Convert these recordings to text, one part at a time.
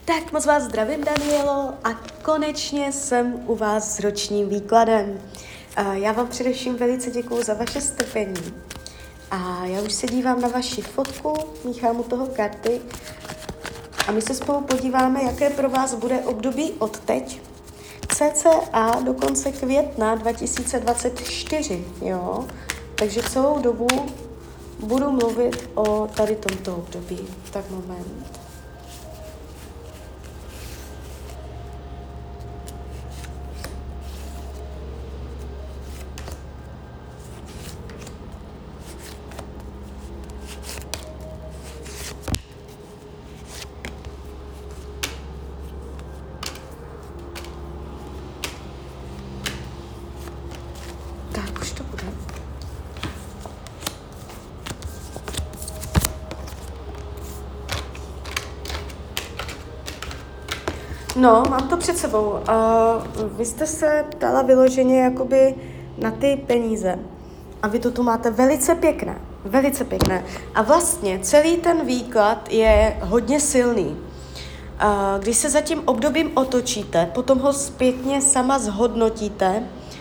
Tak moc vás zdravím, Danielo, a konečně jsem u vás s ročním výkladem. Já vám především velice děkuju za vaše strpení. A já už se dívám na vaši fotku, míchám u toho karty a my se spolu podíváme, jaké pro vás bude období od teď, cca do konce května 2024, jo? Takže celou dobu budu mluvit o tady tomto období. Tak moment. Tak, už to bude. No, mám to před sebou. Vy jste se ptala vyloženě jakoby na ty peníze. A vy to tu máte velice pěkné. Velice pěkné. A vlastně celý ten výklad je hodně silný. Když se za tím obdobím otočíte, potom ho zpětně sama zhodnotíte,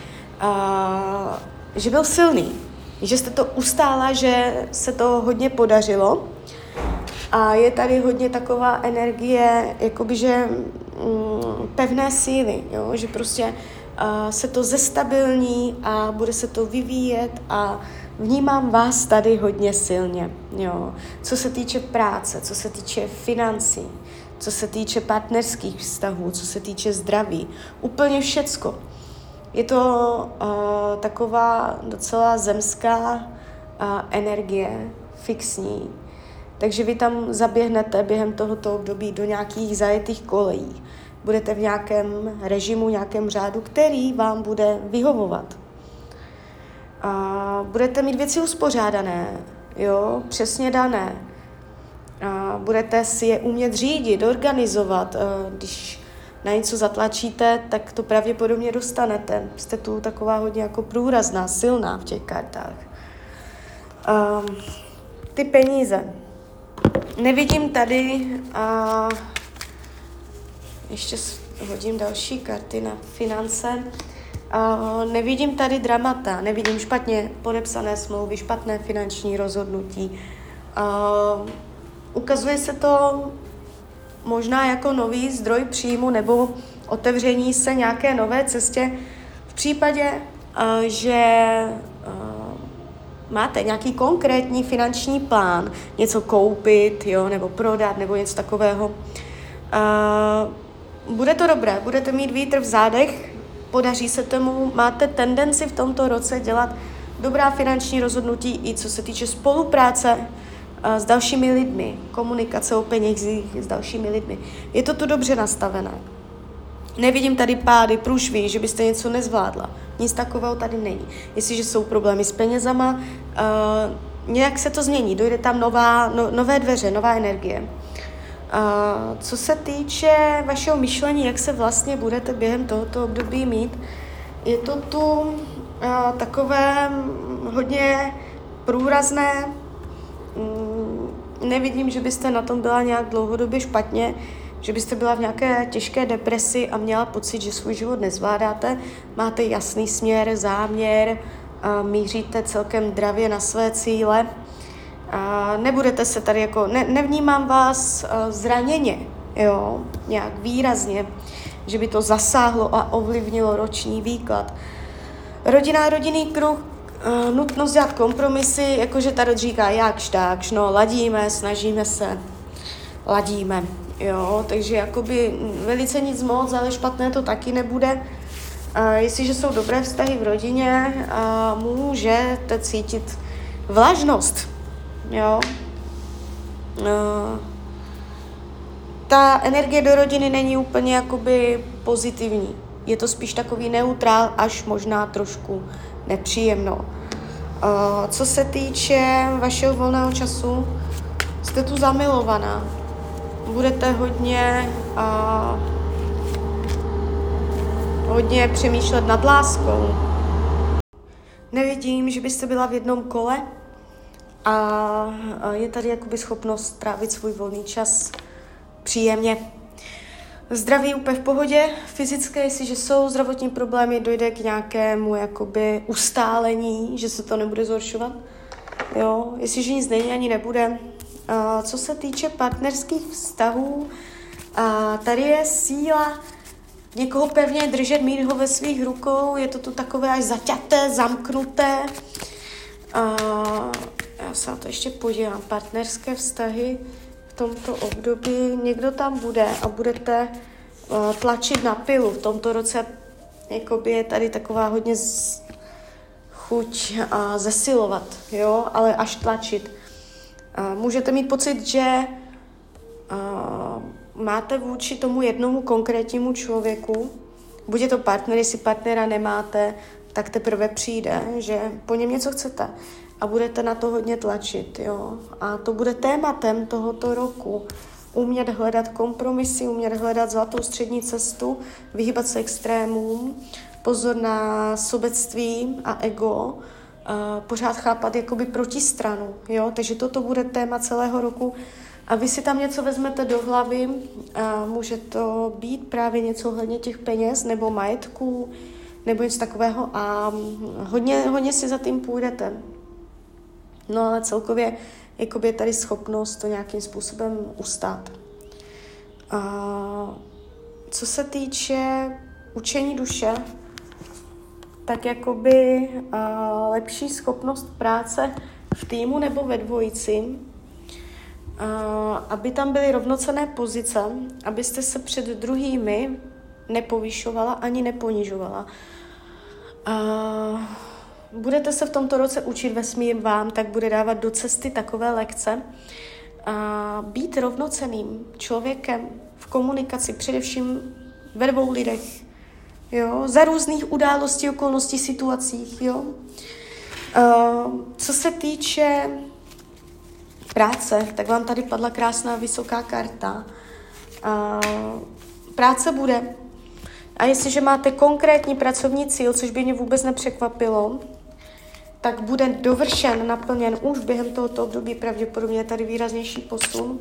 že byl silný, že jste to ustála, že se to hodně podařilo a je tady hodně taková energie, jakoby, že pevné síly, jo? Že prostě se to zestabilní a bude se to vyvíjet a vnímám vás tady hodně silně, jo? Co se týče práce, co se týče financí, co se týče partnerských vztahů, co se týče zdraví, úplně všecko. Je to taková docela zemská energie, fixní. Takže vy tam zaběhnete během tohoto období do nějakých zajetých kolejí. Budete v nějakém režimu, nějakém řádu, který vám bude vyhovovat. Budete mít věci uspořádané, jo, přesně dané. Budete si je umět řídit, organizovat. Když na něco zatlačíte, tak to pravděpodobně dostanete. Jste tu taková hodně jako průrazná, silná v těch kartách. Ty peníze. Nevidím tady, ještě hodím další karty na finance, nevidím tady dramata, nevidím špatně podepsané smlouvy, špatné finanční rozhodnutí. Ukazuje se to možná jako nový zdroj příjmu nebo otevření se nějaké nové cestě v případě, že máte nějaký konkrétní finanční plán, něco koupit, jo, nebo prodat, nebo něco takového. Bude to dobré, budete mít vítr v zádech, podaří se tomu, máte tendenci v tomto roce dělat dobrá finanční rozhodnutí i co se týče spolupráce s dalšími lidmi, komunikace o penězích s dalšími lidmi. Je to tu dobře nastavené. Nevidím tady pády, průšvy, že byste něco nezvládla. Nic takového tady není. Jestliže jsou problémy s penězama, nějak se to změní, dojde tam nové dveře, nová energie. Co se týče vašeho myšlení, jak se vlastně budete během tohoto období mít, je to tu takové hodně průrazné. Nevidím, že byste na tom byla nějak dlouhodobě špatně, že byste byla v nějaké těžké depresi a měla pocit, že svůj život nezvládáte. Máte jasný směr, záměr, míříte celkem dravě na své cíle. Nebudete se tady jako, nevnímám vás zraněně, jo, nějak výrazně, že by to zasáhlo a ovlivnilo roční výklad. Rodina, rodinný kruh, nutnost dělat kompromisy, jakože tady říká jakž takž, no ladíme, snažíme se, ladíme, jo, takže jakoby velice nic moc, ale špatné to taky nebude. Jestliže jsou dobré vztahy v rodině, můžete cítit vlažnost, jo. Ta energie do rodiny není úplně jakoby pozitivní. Je to spíš takový neutrál, až možná trošku nepříjemno. Co se týče vašeho volného času, jste tu zamilovaná. Budete hodně přemýšlet nad láskou. Nevidím, že byste byla v jednom kole a je tady jakoby schopnost trávit svůj volný čas příjemně. Zdraví úplně v pohodě, fyzické, jestliže jsou zdravotní problémy, dojde k nějakému jakoby ustálení, že se to nebude zhoršovat. Jo, jestliže nic není, ani nebude. Co se týče partnerských vztahů, tady je síla někoho pevně držet, mít ho ve svých rukou, je to tu takové až zaťaté, zamknuté. Já se na to ještě podívám. Partnerské vztahy v tomto období, někdo tam bude a budete tlačit na pilu. V tomto roce jakoby je tady taková hodně chuť zesilovat, jo, ale až tlačit. Můžete mít pocit, že máte vůči tomu jednomu konkrétnímu člověku, buď je to partner, jestli partnera nemáte, tak teprve přijde, že po něm něco chcete a budete na to hodně tlačit, jo. A to bude tématem tohoto roku. Umět hledat kompromisy, umět hledat zlatou střední cestu, vyhýbat se extrémům, pozor na sobectví a ego, pořád chápat jakoby protistranu, jo. Takže toto bude téma celého roku. A vy si tam něco vezmete do hlavy, může to být právě něco ohledně těch peněz nebo majetků, nebo něco takového a hodně si za tím půjdete. No ale celkově jakoby je tady schopnost to nějakým způsobem ustát. Co se týče učení duše, tak jakoby lepší schopnost práce v týmu nebo ve dvojici, aby tam byly rovnocenné pozice, abyste se před druhými nepovyšovala ani neponižovala. Budete se v tomto roce učit, vesmír vám tak bude dávat do cesty takové lekce. Být rovnocenným člověkem v komunikaci, především ve dvou lidech. Jo? Za různých událostí, okolností, situacích. Jo? Co se týče práce, tak vám tady padla krásná vysoká karta. Práce bude. A jestliže máte konkrétní pracovní cíl, což by mě vůbec nepřekvapilo, tak bude dovršen, naplněn už během tohoto období, pravděpodobně je tady výraznější posun.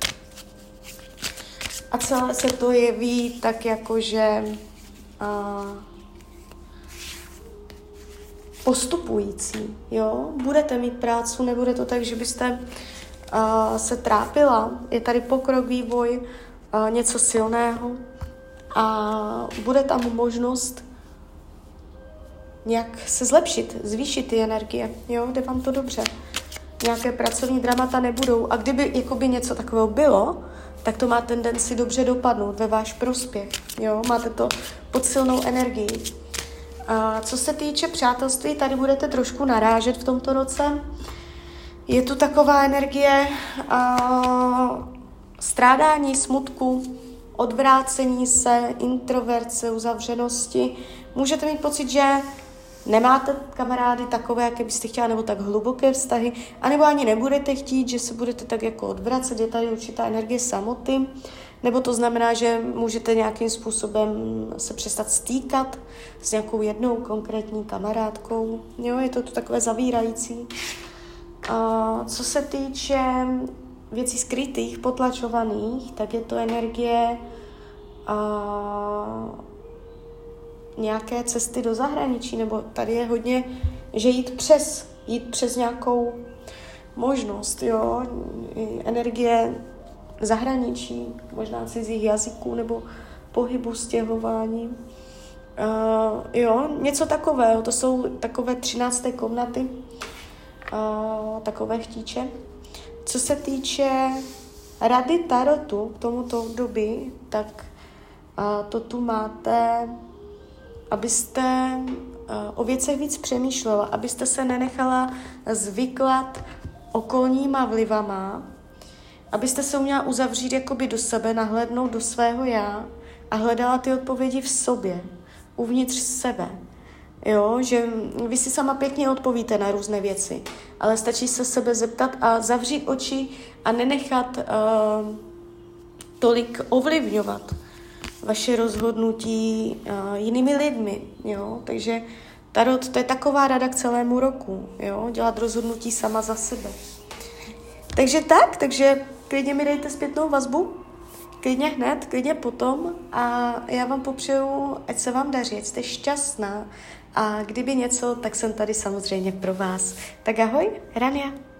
A celé se to jeví tak jakože postupující. Jo? Budete mít práci, nebude to tak, že byste se trápila. Je tady pokrok, vývoj, něco silného a bude tam možnost nějak se zlepšit, zvýšit ty energie, jo, jde vám to dobře. Nějaké pracovní dramata nebudou a kdyby jakoby něco takového bylo, tak to má tendenci dobře dopadnout ve váš prospěch, jo, máte to pod silnou energií. A co se týče přátelství, tady budete trošku narážet v tomto roce. Je tu taková energie strádání, smutku, odvrácení se, introverce, uzavřenosti. Můžete mít pocit, že nemáte kamarády takové, jaké byste chtěla, nebo tak hluboké vztahy, anebo ani nebudete chtít, že se budete tak jako odvracet, je tady určitá energie samoty, nebo to znamená, že můžete nějakým způsobem se přestat stýkat s nějakou jednou konkrétní kamarádkou. Jo, je to tu takové zavírající. Co se týče věcí skrytých, potlačovaných, tak je to energie nějaké cesty do zahraničí, nebo tady je hodně, že jít přes nějakou možnost, jo, energie zahraničí, možná cizích jazyků, nebo pohybu, stěhování. Jo, něco takového, to jsou takové 13. komnaty, takové chtíče. Co se týče rady tarotu k tomuto období, tak to tu máte, abyste o věcech víc přemýšlela, abyste se nenechala zvyklat okolníma vlivama, abyste se uměla uzavřít jakoby do sebe, nahlédnout do svého já a hledala ty odpovědi v sobě, uvnitř sebe. Jo, že vy si sama pěkně odpovíte na různé věci, ale stačí se sebe zeptat a zavřít oči a nenechat tolik ovlivňovat vaše rozhodnutí jinými lidmi. Jo? Takže tarot, to je taková rada k celému roku. Jo? Dělat rozhodnutí sama za sebe. Takže klidně mi dejte zpětnou vazbu klidně hned, klidně potom a já vám popřeju, ať se vám daří, ať jste šťastná a kdyby něco, tak jsem tady samozřejmě pro vás. Tak ahoj, Rania.